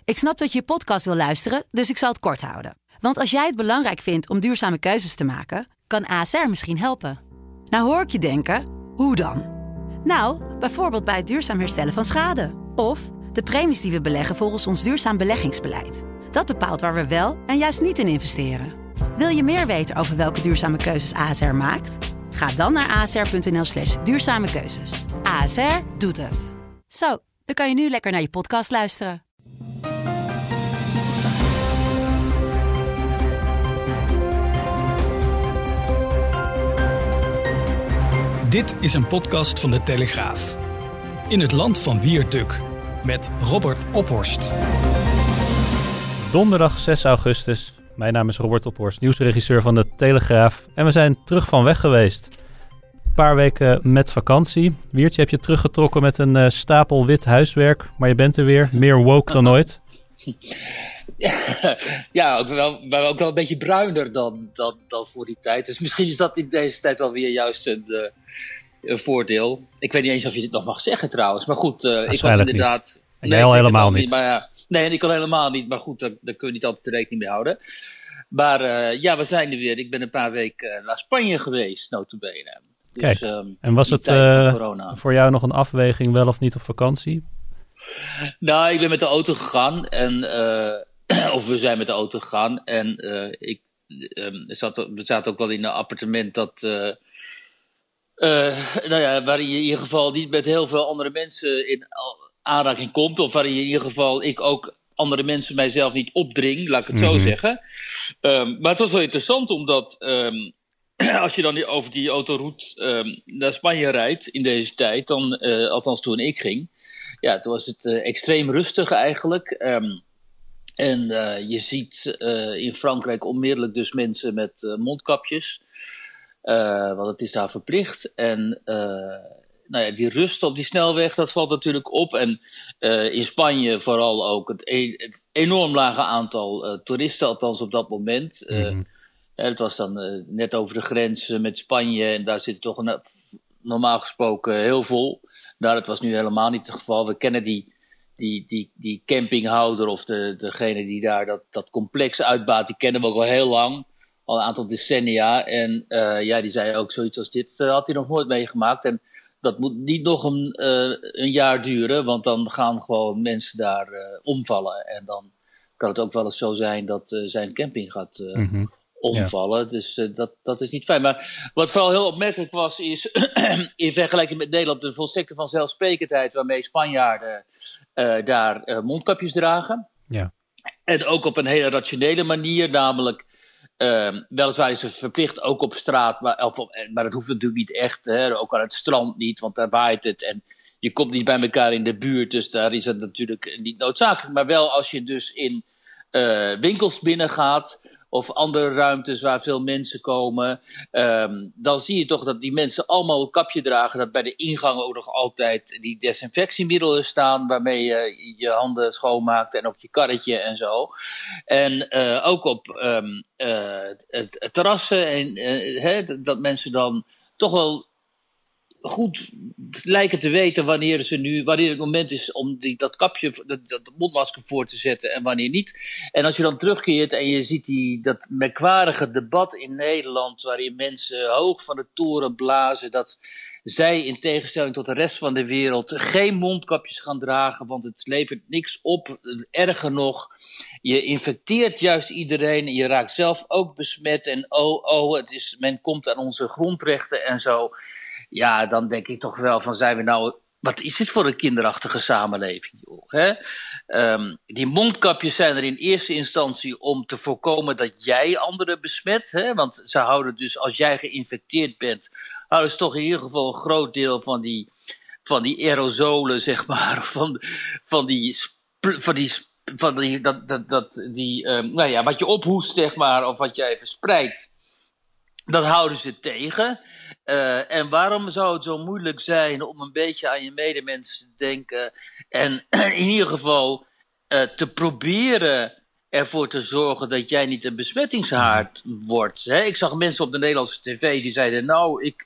Ik snap dat je podcast wil luisteren, dus ik zal het kort houden. Want als jij het belangrijk vindt om duurzame keuzes te maken, kan ASR misschien helpen. Nou hoor ik je denken, hoe dan? Nou, bijvoorbeeld bij het duurzaam herstellen van schade. Of de premies die we beleggen volgens ons duurzaam beleggingsbeleid. Dat bepaalt waar we wel en juist niet in investeren. Wil je meer weten over welke duurzame keuzes ASR maakt? Ga dan naar asr.nl/duurzame keuzes. ASR doet het. Zo, dan kan je nu lekker naar je podcast luisteren. Dit is een podcast van De Telegraaf. In het land van Wierduk met Robert Ophorst. Donderdag 6 augustus. Mijn naam is Robert Ophorst, nieuwsregisseur van De Telegraaf. En we zijn terug van weg geweest. Een paar weken met vakantie. Wiertje, heb je teruggetrokken met een stapel wit huiswerk. Maar je bent er weer, meer woke dan ooit. Ja, maar ook wel een beetje bruiner dan voor die tijd. Dus misschien is dat in deze tijd wel weer juist een voordeel. Ik weet niet eens of je dit nog mag zeggen trouwens. Maar goed, ik was inderdaad... En jij al helemaal niet. Maar ja, nee, ik kan helemaal niet. Maar goed, daar kun je niet altijd rekening mee houden. Maar we zijn er weer. Ik ben een paar weken naar Spanje geweest, nota bene. Dus, kijk, en was het voor jou nog een afweging wel of niet op vakantie? Nou, ik ben met de auto gegaan. Of we zijn met de auto gegaan. En we zaten ook wel in een appartement dat... waarin je in ieder geval niet met heel veel andere mensen in aanraking komt. Of waarin je in ieder geval ik ook andere mensen mijzelf niet opdring, laat ik het zo zeggen. Maar het was wel interessant, omdat als je dan over die autoroute naar Spanje rijdt in deze tijd, dan, althans toen ik ging, ja, toen was het extreem rustig eigenlijk. En je ziet in Frankrijk onmiddellijk dus mensen met mondkapjes. Want het is daar verplicht. En die rust op die snelweg, dat valt natuurlijk op. En in Spanje vooral ook het enorm lage aantal toeristen, althans op dat moment. Het was dan net over de grens met Spanje. En daar zit het toch normaal gesproken heel vol. Nou, dat was nu helemaal niet het geval. We kennen die campinghouder of degene die daar dat complex uitbaat, die kennen we ook al heel lang. Al een aantal decennia. En die zei ook zoiets als dit had hij nog nooit meegemaakt. En dat moet niet nog een jaar duren, want dan gaan gewoon mensen daar omvallen. En dan kan het ook wel eens zo zijn dat zijn camping gaat omvallen. Ja. Dus dat is niet fijn. Maar wat vooral heel opmerkelijk was, is in vergelijking met Nederland de volstrekte vanzelfsprekendheid waarmee Spanjaarden daar mondkapjes dragen. Ja. En ook op een hele rationele manier, namelijk weliswaar is het verplicht ook op straat, maar dat hoeft natuurlijk niet echt. Hè? Ook aan het strand niet, want daar waait het en je komt niet bij elkaar in de buurt. Dus daar is het natuurlijk niet noodzakelijk. Maar wel als je dus in winkels binnengaat of andere ruimtes waar veel mensen komen, dan zie je toch dat die mensen allemaal een kapje dragen. Dat bij de ingang ook nog altijd die desinfectiemiddelen staan waarmee je je handen schoonmaakt en ook je karretje en zo. En ook op het terrassen en dat mensen dan toch wel goed lijken te weten wanneer het moment is om dat kapje, dat mondmasker voor te zetten en wanneer niet. En als je dan terugkeert en je ziet dat merkwaardige debat in Nederland, waarin mensen hoog van de toren blazen dat zij in tegenstelling tot de rest van de wereld geen mondkapjes gaan dragen, want het levert niks op. Erger nog, je infecteert juist iedereen en je raakt zelf ook besmet en men komt aan onze grondrechten en zo. Ja, dan denk ik toch wel van, zijn we nou, wat is dit voor een kinderachtige samenleving, joh, hè? Die mondkapjes zijn er in eerste instantie om te voorkomen dat jij anderen besmet, hè? Want ze houden dus, als jij geïnfecteerd bent, houden ze toch in ieder geval een groot deel van die aerosolen, zeg maar, wat je ophoest, zeg maar, of wat jij verspreidt. Dat houden ze tegen. En waarom zou het zo moeilijk zijn om een beetje aan je medemens te denken en in ieder geval te proberen ervoor te zorgen dat jij niet een besmettingshaard wordt. Hè? Ik zag mensen op de Nederlandse tv die zeiden, ik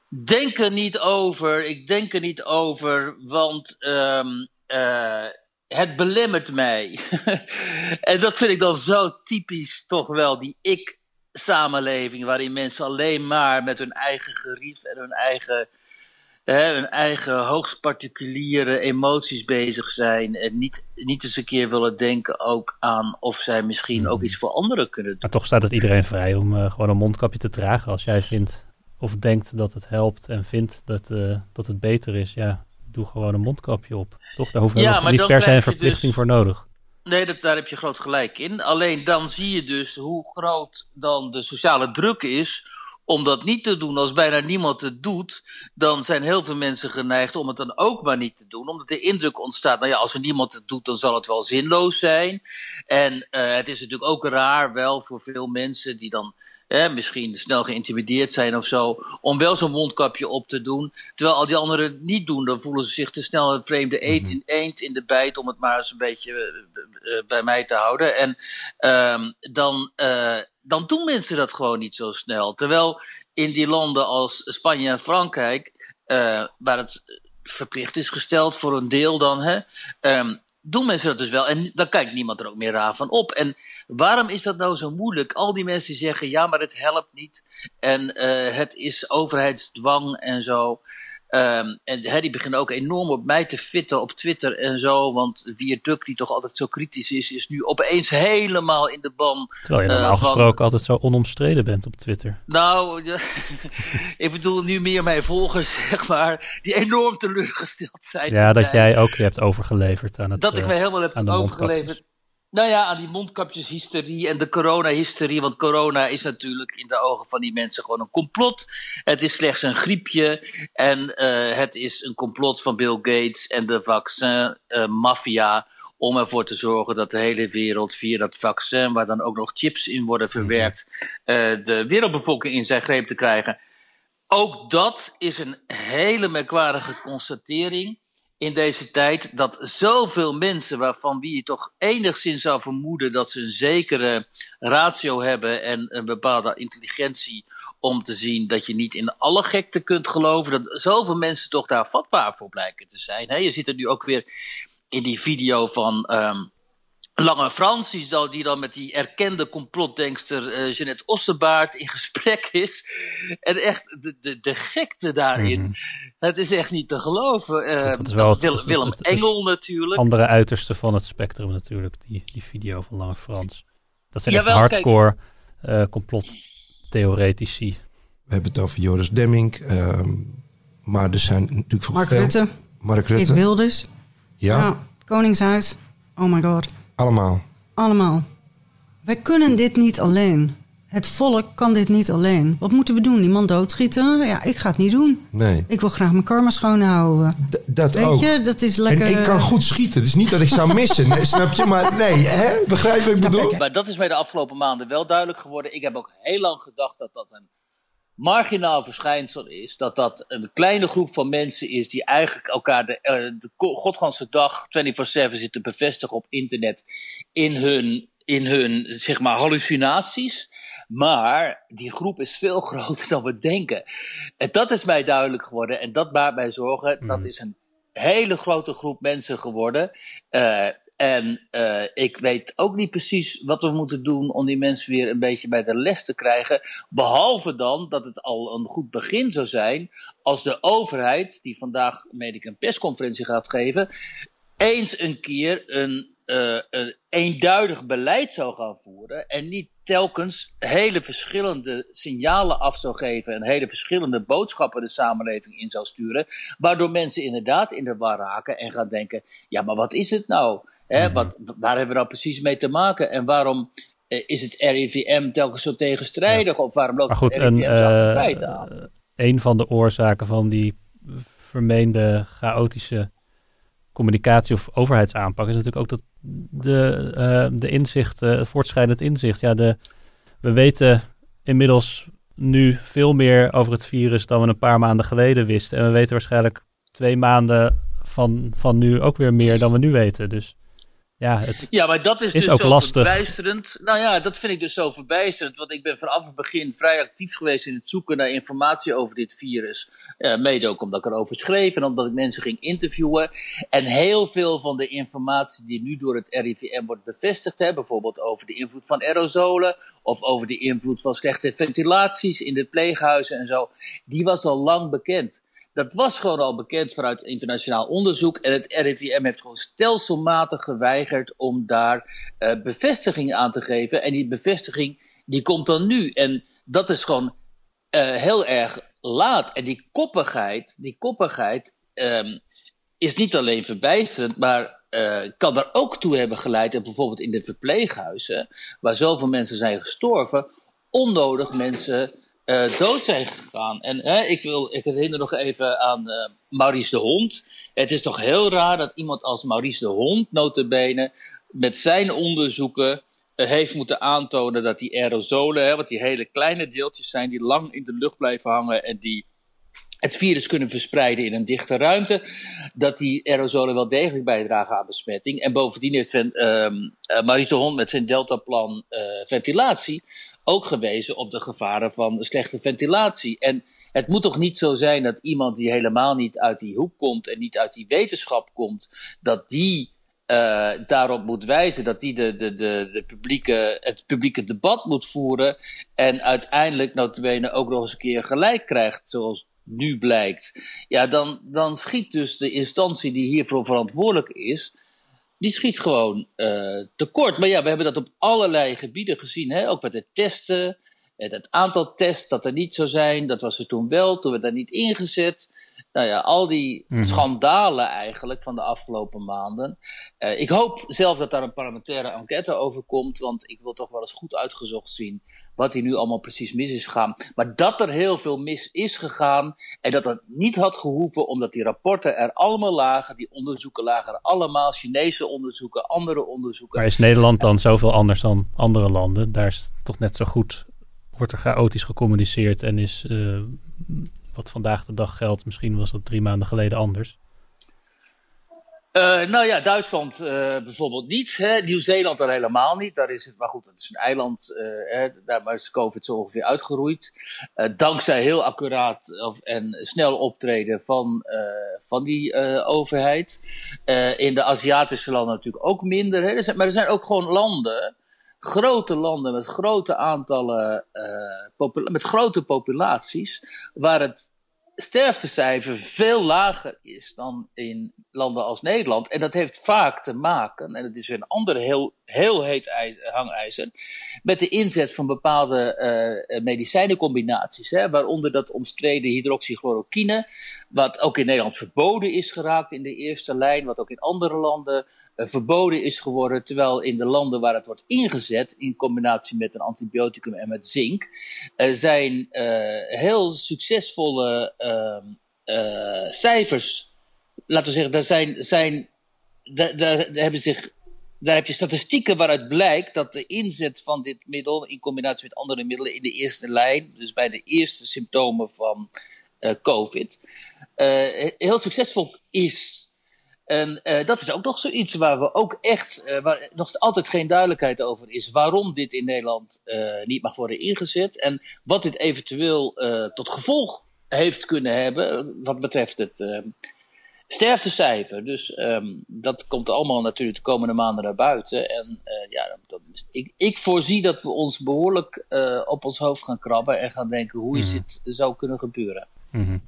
denk er niet over, want het belemmert mij. En dat vind ik dan zo typisch toch wel, die ik-samenleving, waarin mensen alleen maar met hun eigen gerief en hun eigen hoogst particuliere emoties bezig zijn. En niet eens een keer willen denken ook aan of zij misschien ook iets voor anderen kunnen doen. Maar toch staat het iedereen vrij om gewoon een mondkapje te dragen als jij vindt of denkt dat het helpt en vindt dat het beter is. Ja, doe gewoon een mondkapje op. Toch, daar hoef je niet per se een verplichting voor nodig. Nee, daar heb je groot gelijk in. Alleen dan zie je dus hoe groot dan de sociale druk is om dat niet te doen. Als bijna niemand het doet, dan zijn heel veel mensen geneigd om het dan ook maar niet te doen. Omdat de indruk ontstaat, nou ja, als er niemand het doet, dan zal het wel zinloos zijn. En het is natuurlijk ook raar wel voor veel mensen die dan misschien snel geïntimideerd zijn of zo, om wel zo'n mondkapje op te doen. Terwijl al die anderen het niet doen, dan voelen ze zich te snel een vreemde eend in de bijt, om het maar eens een beetje bij mij te houden. En dan doen mensen dat gewoon niet zo snel. Terwijl in die landen als Spanje en Frankrijk, waar het verplicht is gesteld voor een deel dan, doen mensen dat dus wel. En dan kijkt niemand er ook meer raar van op. En waarom is dat nou zo moeilijk? Al die mensen die zeggen, ja, maar het helpt niet. En het is overheidsdwang en zo. En die beginnen ook enorm op mij te fitten op Twitter en zo. Want Wierduk, die toch altijd zo kritisch is nu opeens helemaal in de ban. Terwijl je normaal gesproken altijd zo onomstreden bent op Twitter. Nou, ik bedoel nu meer mijn volgers, zeg maar, die enorm teleurgesteld zijn. Ja, dat jij ook je hebt overgeleverd aan het dat ik mij helemaal heb overgeleverd. Nou ja, aan die mondkapjeshysterie en de corona-hysterie. Want corona is natuurlijk in de ogen van die mensen gewoon een complot. Het is slechts een griepje. En het is een complot van Bill Gates en de vaccin-maffia om ervoor te zorgen dat de hele wereld via dat vaccin, waar dan ook nog chips in worden verwerkt, de wereldbevolking in zijn greep te krijgen. Ook dat is een hele merkwaardige constatering in deze tijd, dat zoveel mensen, waarvan wie je toch enigszins zou vermoeden dat ze een zekere ratio hebben en een bepaalde intelligentie om te zien dat je niet in alle gekte kunt geloven, dat zoveel mensen toch daar vatbaar voor blijken te zijn. Je ziet het nu ook weer in die video van Lange Frans, die dan met die erkende complotdenkster Jeanette Ossenbaard in gesprek is. En echt de gekte daarin. Het is echt niet te geloven. Dat is wel Willem Engel natuurlijk. Andere uiterste van het spectrum natuurlijk, die video van Lange Frans. Dat zijn echt hardcore complottheoretici. We hebben het over Joris Demmink. Maar er zijn natuurlijk Mark Rutte. Geert Wilders. Ja. Het Koningshuis. Oh my god. Allemaal. Wij kunnen dit niet alleen. Het volk kan dit niet alleen. Wat moeten we doen? Die man doodschieten? Ja, ik ga het niet doen. Nee. Ik wil graag mijn karma schoonhouden. Dat weet ook. Je, dat is lekker. En ik kan goed schieten. Het is niet dat ik zou missen. Nee, snap je? Maar nee, begrijp wat ik bedoel? Maar dat is mij de afgelopen maanden wel duidelijk geworden. Ik heb ook heel lang gedacht dat dat een marginaal verschijnsel is. Dat een kleine groep van mensen is die eigenlijk elkaar de godganse dag 24/7 zitten bevestigen op internet in hun zeg maar hallucinaties. Maar die groep is veel groter dan we denken. En dat is mij duidelijk geworden. En dat baart mij zorgen. Dat is een hele grote groep mensen geworden. Ik weet ook niet precies wat we moeten doen om die mensen weer een beetje bij de les te krijgen. Behalve dan dat het al een goed begin zou zijn als de overheid, die vandaag meen ik een persconferentie gaat geven, eens een keer een eenduidig beleid zou gaan voeren en niet telkens hele verschillende signalen af zou geven en hele verschillende boodschappen de samenleving in zou sturen, waardoor mensen inderdaad in de war raken en gaan denken, ja, maar wat is het nou? Waar hebben we nou precies mee te maken? En waarom is het RIVM telkens zo tegenstrijdig? Ja. Of waarom loopt het RIVM achter de feiten aan? Een van de oorzaken van die vermeende chaotische communicatie of overheidsaanpak is natuurlijk ook dat de inzicht, voortschrijdend inzicht. Ja, we weten inmiddels nu veel meer over het virus dan we een paar maanden geleden wisten. En we weten waarschijnlijk 2 maanden van nu ook weer meer dan we nu weten. Dus Ja, maar dat is dus ook zo lastig. verbijsterend. Nou ja, dat vind ik dus zo verbijsterend. Want ik ben vanaf het begin vrij actief geweest in het zoeken naar informatie over dit virus. Mede ook omdat ik erover schreef en omdat ik mensen ging interviewen. En heel veel van de informatie die nu door het RIVM wordt bevestigd, bijvoorbeeld over de invloed van aerosolen of over de invloed van slechte ventilaties in de pleeghuizen en zo, die was al lang bekend. Dat was gewoon al bekend vanuit internationaal onderzoek. En het RIVM heeft gewoon stelselmatig geweigerd om daar bevestiging aan te geven. En die bevestiging die komt dan nu. En dat is gewoon heel erg laat. En die koppigheid is niet alleen verbijsterend, maar kan er ook toe hebben geleid dat bijvoorbeeld in de verpleeghuizen, waar zoveel mensen zijn gestorven, onnodig mensen dood zijn gegaan. En ik herinner nog even aan Maurice de Hond. Het is toch heel raar dat iemand als Maurice de Hond, nota bene, met zijn onderzoeken heeft moeten aantonen dat die aerosolen, wat die hele kleine deeltjes zijn die lang in de lucht blijven hangen en die het virus kunnen verspreiden in een dichte ruimte, dat die aerosolen wel degelijk bijdragen aan besmetting. En bovendien heeft Maurice de Hond met zijn deltaplan ventilatie ook gewezen op de gevaren van slechte ventilatie. En het moet toch niet zo zijn dat iemand die helemaal niet uit die hoek komt en niet uit die wetenschap komt, dat die daarop moet wijzen, dat die het publieke debat moet voeren en uiteindelijk nota bene ook nog eens een keer gelijk krijgt, zoals nu blijkt. Ja, dan schiet dus de instantie die hiervoor verantwoordelijk is, die schiet gewoon tekort. Maar ja, we hebben dat op allerlei gebieden gezien, ook met het testen, het aantal tests dat er niet zou zijn, dat was er toen wel, toen werd dat niet ingezet. Nou ja, al die schandalen eigenlijk van de afgelopen maanden. Ik hoop zelf dat daar een parlementaire enquête over komt, want ik wil toch wel eens goed uitgezocht zien wat hier nu allemaal precies mis is gegaan. Maar dat er heel veel mis is gegaan en dat het niet had gehoeven omdat die rapporten er allemaal lagen, die onderzoeken lagen er allemaal, Chinese onderzoeken, andere onderzoeken. Maar is Nederland dan zoveel anders dan andere landen? Daar is toch net zo goed, wordt er chaotisch gecommuniceerd en is wat vandaag de dag geldt, misschien was dat 3 maanden geleden anders. Nou ja, Duitsland bijvoorbeeld niet. Nieuw-Zeeland dan helemaal niet. Daar is het, maar goed, het is een eiland. Daar is COVID zo ongeveer uitgeroeid. Dankzij heel accuraat en snel optreden van die overheid. In de Aziatische landen natuurlijk ook minder. Maar er zijn ook gewoon landen, grote landen met grote aantallen, met grote populaties, waar het sterftecijfer veel lager is dan in landen als Nederland. En dat heeft vaak te maken, en dat is weer een andere heel heet hangijzer, met de inzet van bepaalde medicijnencombinaties, waaronder dat omstreden hydroxychloroquine, wat ook in Nederland verboden is geraakt in de eerste lijn, wat ook in andere landen verboden is geworden, terwijl in de landen waar het wordt ingezet, in combinatie met een antibioticum en met zink, zijn heel succesvolle cijfers. Laten we zeggen, daar heb je statistieken waaruit blijkt dat de inzet van dit middel in combinatie met andere middelen in de eerste lijn, dus bij de eerste symptomen van COVID, heel succesvol is. En dat is ook nog zoiets waar we ook echt, waar nog altijd geen duidelijkheid over is, waarom dit in Nederland niet mag worden ingezet en wat dit eventueel tot gevolg heeft kunnen hebben wat betreft het sterftecijfer. Dus dat komt allemaal natuurlijk de komende maanden naar buiten. En ik voorzie dat we ons behoorlijk op ons hoofd gaan krabben en gaan denken hoe is dit zou kunnen gebeuren. Mm-hmm.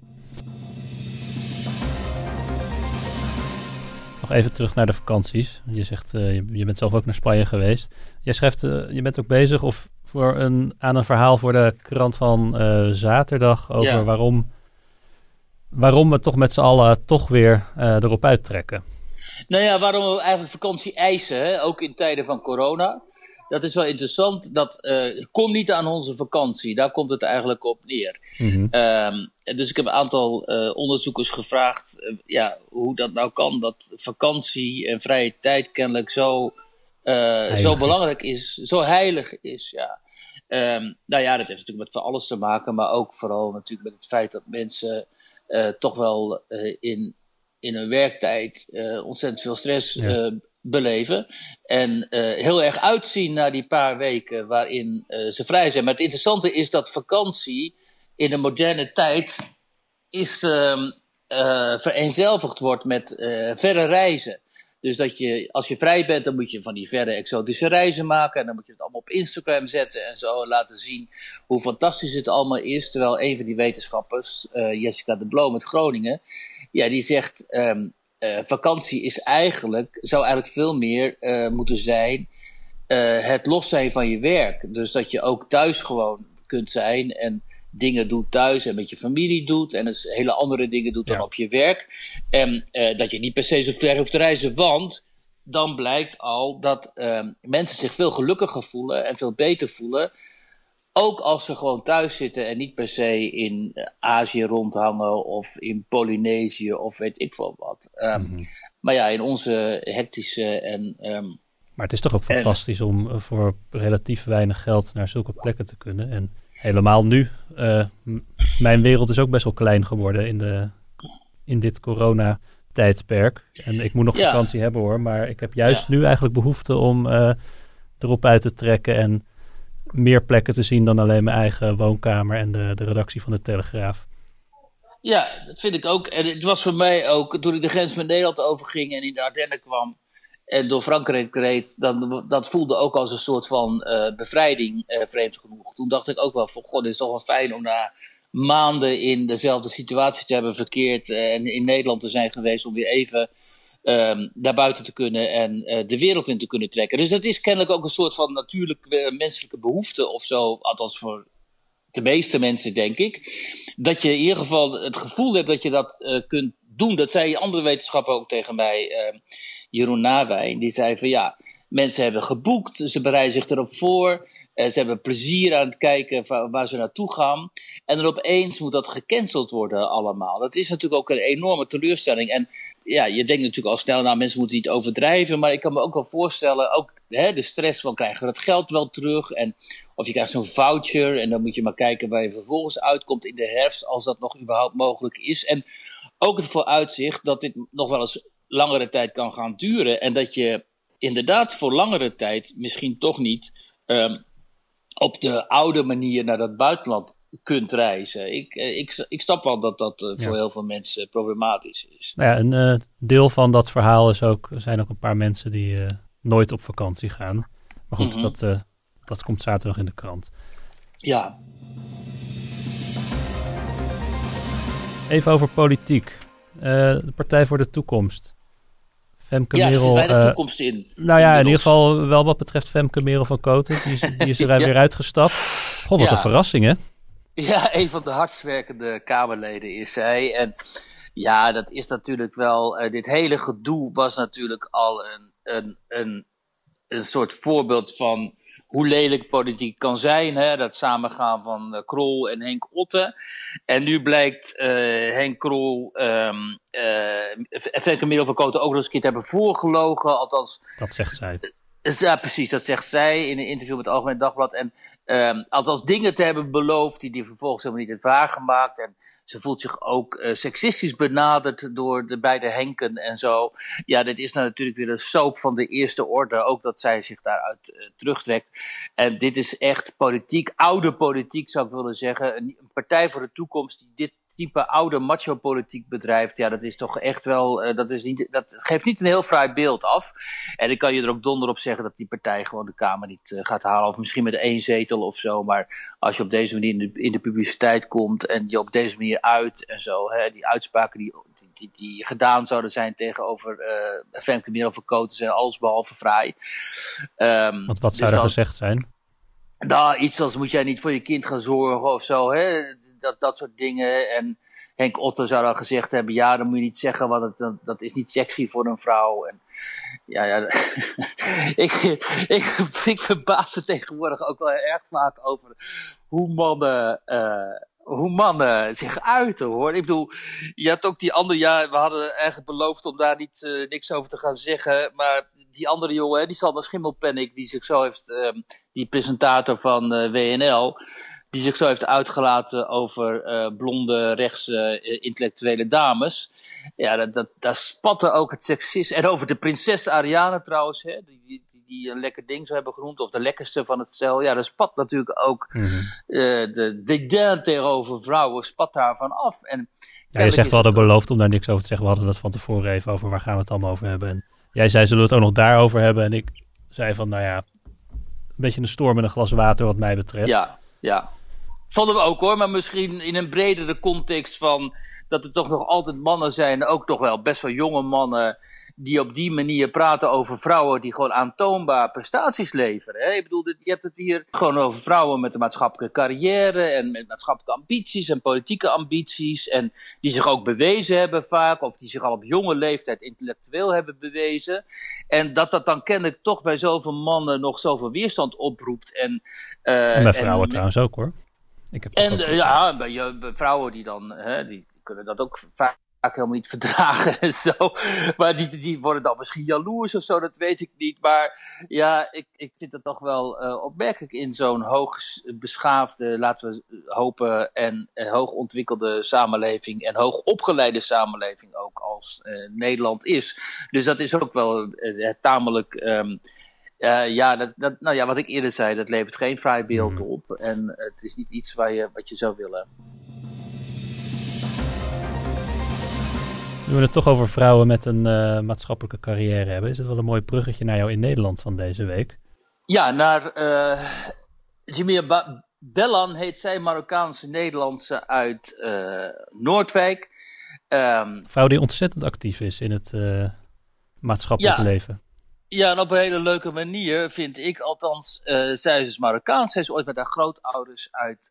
Nog even terug naar de vakanties. Je zegt, je bent zelf ook naar Spanje geweest. Jij schrijft, je bent ook bezig aan een verhaal voor de krant van zaterdag over waarom we toch met z'n allen toch weer erop uittrekken. Nou ja, waarom we eigenlijk vakantie eisen, ook in tijden van corona. Dat is wel interessant. Dat komt niet aan onze vakantie. Daar komt het eigenlijk op neer. Mm-hmm. Dus ik heb een aantal onderzoekers gevraagd hoe dat nou kan. Dat vakantie en vrije tijd kennelijk zo belangrijk is. Zo heilig is, ja. Dat heeft natuurlijk met van alles te maken. Maar ook vooral natuurlijk met het feit dat mensen toch wel in hun werktijd ontzettend veel stress beleven. En heel erg uitzien naar die paar weken waarin ze vrij zijn. Maar het interessante is dat vakantie in de moderne tijd is vereenzelvigd wordt met verre reizen. Dus dat je, als je vrij bent, dan moet je van die verre exotische reizen maken. En dan moet je het allemaal op Instagram zetten en zo. Laten zien hoe fantastisch het allemaal is. Terwijl een van die wetenschappers, Jessica de Bloom uit Groningen, ja, die zegt, vakantie zou eigenlijk veel meer moeten zijn het los zijn van je werk. Dus dat je ook thuis gewoon kunt zijn en dingen doet thuis en met je familie doet en dus hele andere dingen doet dan op je werk. En dat je niet per se zo ver hoeft te reizen, want dan blijkt al dat mensen zich veel gelukkiger voelen en veel beter voelen, ook als ze gewoon thuis zitten en niet per se in Azië rondhangen of in Polynesië of weet ik veel wat. Maar ja, in onze hectische en... maar het is toch ook fantastisch om voor relatief weinig geld naar zulke plekken te kunnen. En helemaal nu. Mijn wereld is ook best wel klein geworden in dit corona-tijdperk. En ik moet nog vakantie hebben hoor. Maar ik heb juist nu eigenlijk behoefte om erop uit te trekken en meer plekken te zien dan alleen mijn eigen woonkamer en de redactie van de Telegraaf. Ja, dat vind ik ook. En het was voor mij ook, toen ik de grens met Nederland overging en in de Ardennen kwam en door Frankrijk reed, dat voelde ook als een soort van bevrijding, vreemd genoeg. Toen dacht ik ook wel van, god, dit is toch wel fijn om na maanden in dezelfde situatie te hebben verkeerd en in Nederland te zijn geweest om weer even naar buiten te kunnen en de wereld in te kunnen trekken. Dus dat is kennelijk ook een soort van natuurlijk menselijke behoefte of zo, althans voor de meeste mensen denk ik, dat je in ieder geval het gevoel hebt dat je dat kunt doen. Dat zei andere wetenschapper ook tegen mij, Jeroen Nawijn, die zei van ja, mensen hebben geboekt, ze bereiden zich erop voor, ze hebben plezier aan het kijken waar ze naartoe gaan. En dan opeens moet dat gecanceld worden allemaal. Dat is natuurlijk ook een enorme teleurstelling. En ja, je denkt natuurlijk al snel, nou mensen moeten niet overdrijven, maar ik kan me ook wel voorstellen, ook de stress van krijgen we dat geld wel terug en of je krijgt zo'n voucher en dan moet je maar kijken waar je vervolgens uitkomt in de herfst, als dat nog überhaupt mogelijk is. En ook het vooruitzicht dat dit nog wel eens langere tijd kan gaan duren en dat je inderdaad voor langere tijd misschien toch niet op de oude manier naar dat buitenland kunt reizen. Ik snap wel dat dat voor heel veel mensen problematisch is. Nou ja, een deel van dat verhaal zijn ook een paar mensen die nooit op vakantie gaan. Maar goed, dat komt zaterdag in de krant. Ja. Even over politiek. De Partij voor de Toekomst. Femke Merel, er zit weinig toekomst in. Nou ja, in ieder geval wel wat betreft Femke Merel van Koten. Die is er weer uitgestapt. Goh, wat een verrassing, hè? Ja, een van de hardst werkende Kamerleden is zij. En ja, dat is natuurlijk wel... dit hele gedoe was natuurlijk al een soort voorbeeld van hoe lelijk politiek kan zijn. Hè? Dat samengaan van Krol en Henk Otte. En nu blijkt Henk Krol Femke Merel van Koten ook nog eens een keer te hebben voorgelogen. Althans, dat zegt zij. Ja, precies. Dat zegt zij in een interview met het Algemeen Dagblad. En althans dingen te hebben beloofd die vervolgens helemaal niet heeft waargemaakt. En ze voelt zich ook seksistisch benaderd door de beide Henken en zo. Ja, dit is nou natuurlijk weer een soap van de eerste orde. Ook dat zij zich daaruit terugtrekt. En dit is echt politiek, oude politiek zou ik willen zeggen. Een Partij voor de Toekomst die dit type oude macho-politiek bedrijft. Ja, dat is toch echt wel... dat geeft niet een heel fraai beeld af. En ik kan je er ook donder op zeggen dat die partij gewoon de Kamer niet gaat halen. Of misschien met 1 zetel of zo. Maar als je op deze manier in de publiciteit komt en je op deze manier uit en zo. Hè, die uitspraken die gedaan zouden zijn tegenover Femke Merel van Koten zijn allesbehalve fraai. Want wat zou er gezegd zijn? Nou, iets als moet jij niet voor je kind gaan zorgen of zo, hè? Dat soort dingen. En Henk Otte zou dan gezegd hebben, ja, dat moet je niet zeggen, want dat is niet sexy voor een vrouw. En ja ik verbaas me tegenwoordig ook wel erg vaak over hoe mannen zich uiten, hoor. Ik bedoel, je had ook die andere... Ja, we hadden eigenlijk beloofd om daar niks over te gaan zeggen. Maar die andere jongen, die Sander Schimmelpenninck, die zich zo heeft... die presentator van WNL... die zich zo heeft uitgelaten over blonde, rechtse, intellectuele dames. Ja, daar spatte ook het seksisme. En over de prinses Ariane trouwens, hè, die een lekker ding zou hebben genoemd, of de lekkerste van het stel. Ja, daar spat natuurlijk ook de dédain tegenover vrouwen, spat daarvan af. En ja, je zegt we hadden beloofd om daar niks over te zeggen. We hadden dat van tevoren even over waar gaan we het allemaal over hebben. En jij zei, zullen we het ook nog daarover hebben? En ik zei van, nou ja, een beetje een storm in een glas water wat mij betreft. Ja. Vonden we ook hoor, maar misschien in een bredere context van dat er toch nog altijd mannen zijn, ook toch wel best wel jonge mannen, die op die manier praten over vrouwen die gewoon aantoonbaar prestaties leveren. Hè? Ik bedoel, je hebt het hier gewoon over vrouwen met een maatschappelijke carrière en met maatschappelijke ambities en politieke ambities en die zich ook bewezen hebben vaak, of die zich al op jonge leeftijd intellectueel hebben bewezen. En dat dan kennelijk toch bij zoveel mannen nog zoveel weerstand oproept. En bij vrouwen trouwens ook hoor. Bij vrouwen die dan, die kunnen dat ook vaak helemaal niet verdragen en zo. Maar die worden dan misschien jaloers of zo, dat weet ik niet. Maar ja, ik vind het toch wel opmerkelijk in zo'n hoogbeschaafde, laten we hopen, en hoogontwikkelde samenleving en hoogopgeleide samenleving ook als Nederland is. Dus dat is ook wel tamelijk... wat ik eerder zei, dat levert geen fraai beeld op. En het is niet iets wat je zou willen. Nu we het toch over vrouwen met een maatschappelijke carrière hebben, is het wel een mooi bruggetje naar jou in Nederland van deze week. Ja, naar Jimia Bellan heet zij, Marokkaanse Nederlandse uit Noordwijk. Vrouw die ontzettend actief is in het maatschappelijk leven. Ja, en op een hele leuke manier vind ik althans. Zij is dus Marokkaans. Zij is ooit met haar grootouders uit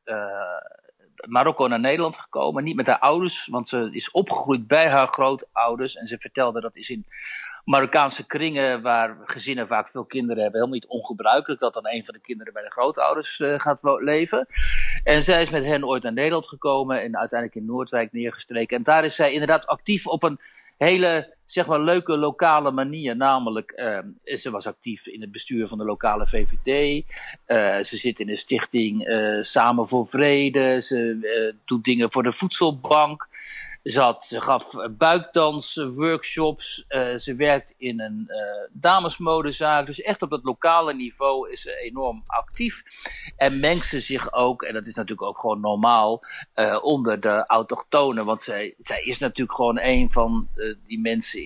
Marokko naar Nederland gekomen. Niet met haar ouders, want ze is opgegroeid bij haar grootouders. En ze vertelde dat is in Marokkaanse kringen, waar gezinnen vaak veel kinderen hebben, helemaal niet ongebruikelijk dat dan een van de kinderen bij de grootouders gaat leven. En zij is met hen ooit naar Nederland gekomen en uiteindelijk in Noordwijk neergestreken. En daar is zij inderdaad actief op een hele, zeg maar, leuke lokale manier. Namelijk, ze was actief in het bestuur van de lokale VVD. Ze zit in de stichting Samen voor Vrede. Ze doet dingen voor de voedselbank. Ze gaf buikdansworkshops. Ze werkt in een damesmodezaak. Dus echt op het lokale niveau is ze enorm actief. En mengt ze zich ook, en dat is natuurlijk ook gewoon normaal, onder de autochtonen. Want zij is natuurlijk gewoon een van die mensen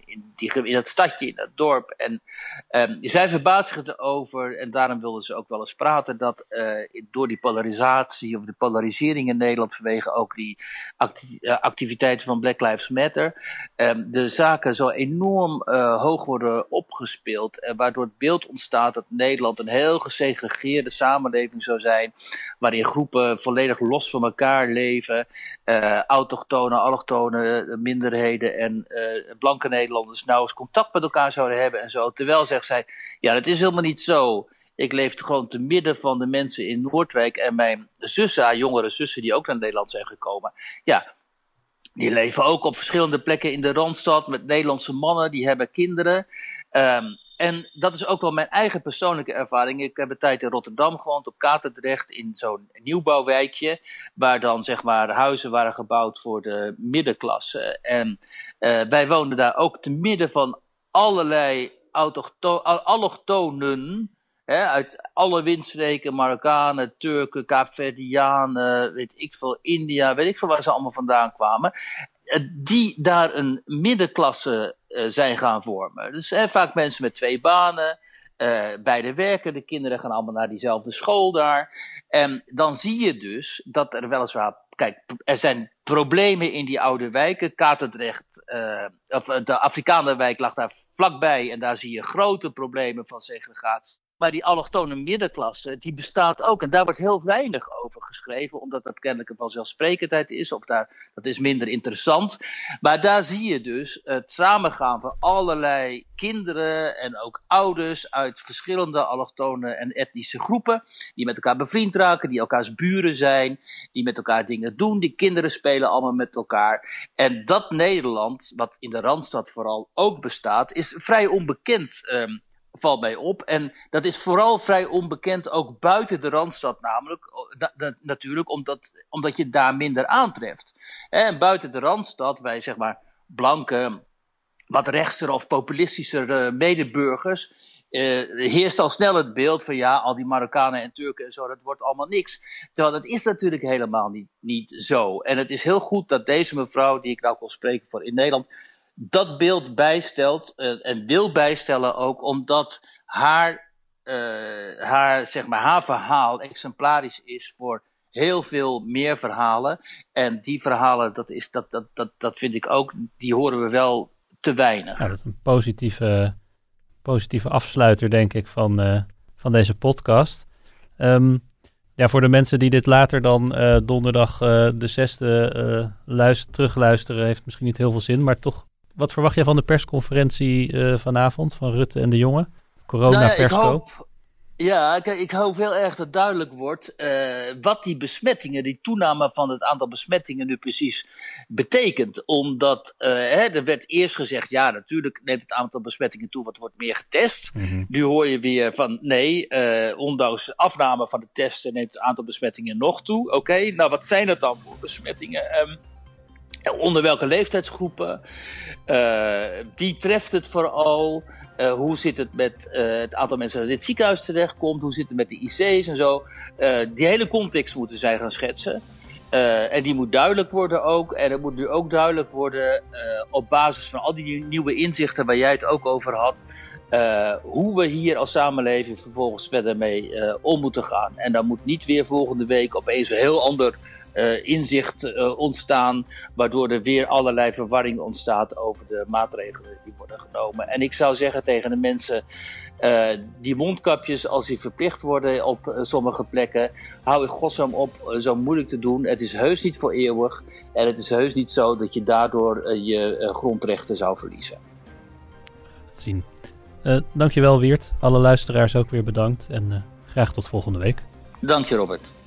in dat stadje, in dat dorp. En zij verbaast zich erover, en daarom wilde ze ook wel eens praten, dat door die polarisatie of de polarisering in Nederland vanwege ook die activiteiten van Black Lives Matter, de zaken zo enorm hoog worden opgespeeld, waardoor het beeld ontstaat dat Nederland een heel gesegregeerde samenleving zou zijn, waarin groepen volledig los van elkaar leven, autochtonen, allochtonen, minderheden en blanke Nederlanders nauwelijks contact met elkaar zouden hebben en zo. Terwijl, zegt zij, ja, dat is helemaal niet zo. Ik leefde gewoon te midden van de mensen in Noordwijk en mijn zussen, haar jongere zussen die ook naar Nederland zijn gekomen, ja, die leven ook op verschillende plekken in de Randstad met Nederlandse mannen, die hebben kinderen. En dat is ook wel mijn eigen persoonlijke ervaring. Ik heb een tijd in Rotterdam gewoond, op Katendrecht, in zo'n nieuwbouwwijkje, waar dan zeg maar huizen waren gebouwd voor de middenklasse. En wij woonden daar ook te midden van allerlei allochtonen, uit alle windstreken, Marokkanen, Turken, Kaapverdianen, weet ik veel, India, weet ik veel waar ze allemaal vandaan kwamen, die daar een middenklasse zijn gaan vormen. Dus vaak mensen met 2 banen, beide werken, de kinderen gaan allemaal naar diezelfde school daar. En dan zie je dus dat er weliswaar, kijk, er zijn problemen in die oude wijken. Katendrecht, of de Afrikanerwijk lag daar vlakbij en daar zie je grote problemen van segregatie. Maar die allochtone middenklasse, die bestaat ook. En daar wordt heel weinig over geschreven, omdat dat kennelijk een vanzelfsprekendheid is. Of dat is minder interessant. Maar daar zie je dus het samengaan van allerlei kinderen en ook ouders uit verschillende allochtone en etnische groepen. Die met elkaar bevriend raken, die elkaars buren zijn, die met elkaar dingen doen. Die kinderen spelen allemaal met elkaar. En dat Nederland, wat in de Randstad vooral ook bestaat, is vrij onbekend valt mij op. En dat is vooral vrij onbekend, ook buiten de Randstad namelijk. Natuurlijk, omdat je daar minder aantreft. En buiten de Randstad, bij zeg maar blanke, wat rechtser of populistischer medeburgers, heerst al snel het beeld van al die Marokkanen en Turken en zo, dat wordt allemaal niks. Terwijl dat is natuurlijk helemaal niet zo. En het is heel goed dat deze mevrouw, die ik nou kon spreken voor in Nederland, dat beeld bijstelt en wil bijstellen ook, omdat haar verhaal exemplarisch is voor heel veel meer verhalen. En die verhalen, dat vind ik ook, die horen we wel te weinig. Ja, dat is een positieve afsluiter, denk ik, van deze podcast. Voor de mensen die dit later dan donderdag de 6e terugluisteren, heeft misschien niet heel veel zin, maar toch, wat verwacht jij van de persconferentie vanavond van Rutte en de Jonge? Corona-persco. Ik hoop heel erg dat duidelijk wordt wat die besmettingen, die toename van het aantal besmettingen nu precies betekent. Omdat er werd eerst gezegd, natuurlijk neemt het aantal besmettingen toe, wat wordt meer getest. Mm-hmm. Nu hoor je weer van nee, ondanks afname van de testen neemt het aantal besmettingen nog toe. Oké, nou wat zijn dat dan voor besmettingen? Onder welke leeftijdsgroepen? Die treft het vooral. Hoe zit het met het aantal mensen dat in dit ziekenhuis terechtkomt? Hoe zit het met de IC's en zo? Die hele context moeten zij gaan schetsen. En die moet duidelijk worden ook. En het moet nu ook duidelijk worden op basis van al die nieuwe inzichten waar jij het ook over had. Hoe we hier als samenleving vervolgens verder mee om moeten gaan. En dan moet niet weer volgende week opeens een heel ander inzicht ontstaan, waardoor er weer allerlei verwarring ontstaat over de maatregelen die worden genomen. En ik zou zeggen tegen de mensen, die mondkapjes, als die verplicht worden op sommige plekken, hou in godsnaam op zo moeilijk te doen. Het is heus niet voor eeuwig en het is heus niet zo dat je daardoor je grondrechten zou verliezen. Zien. Dankjewel Wiert, alle luisteraars ook weer bedankt en graag tot volgende week. Dank je Robert.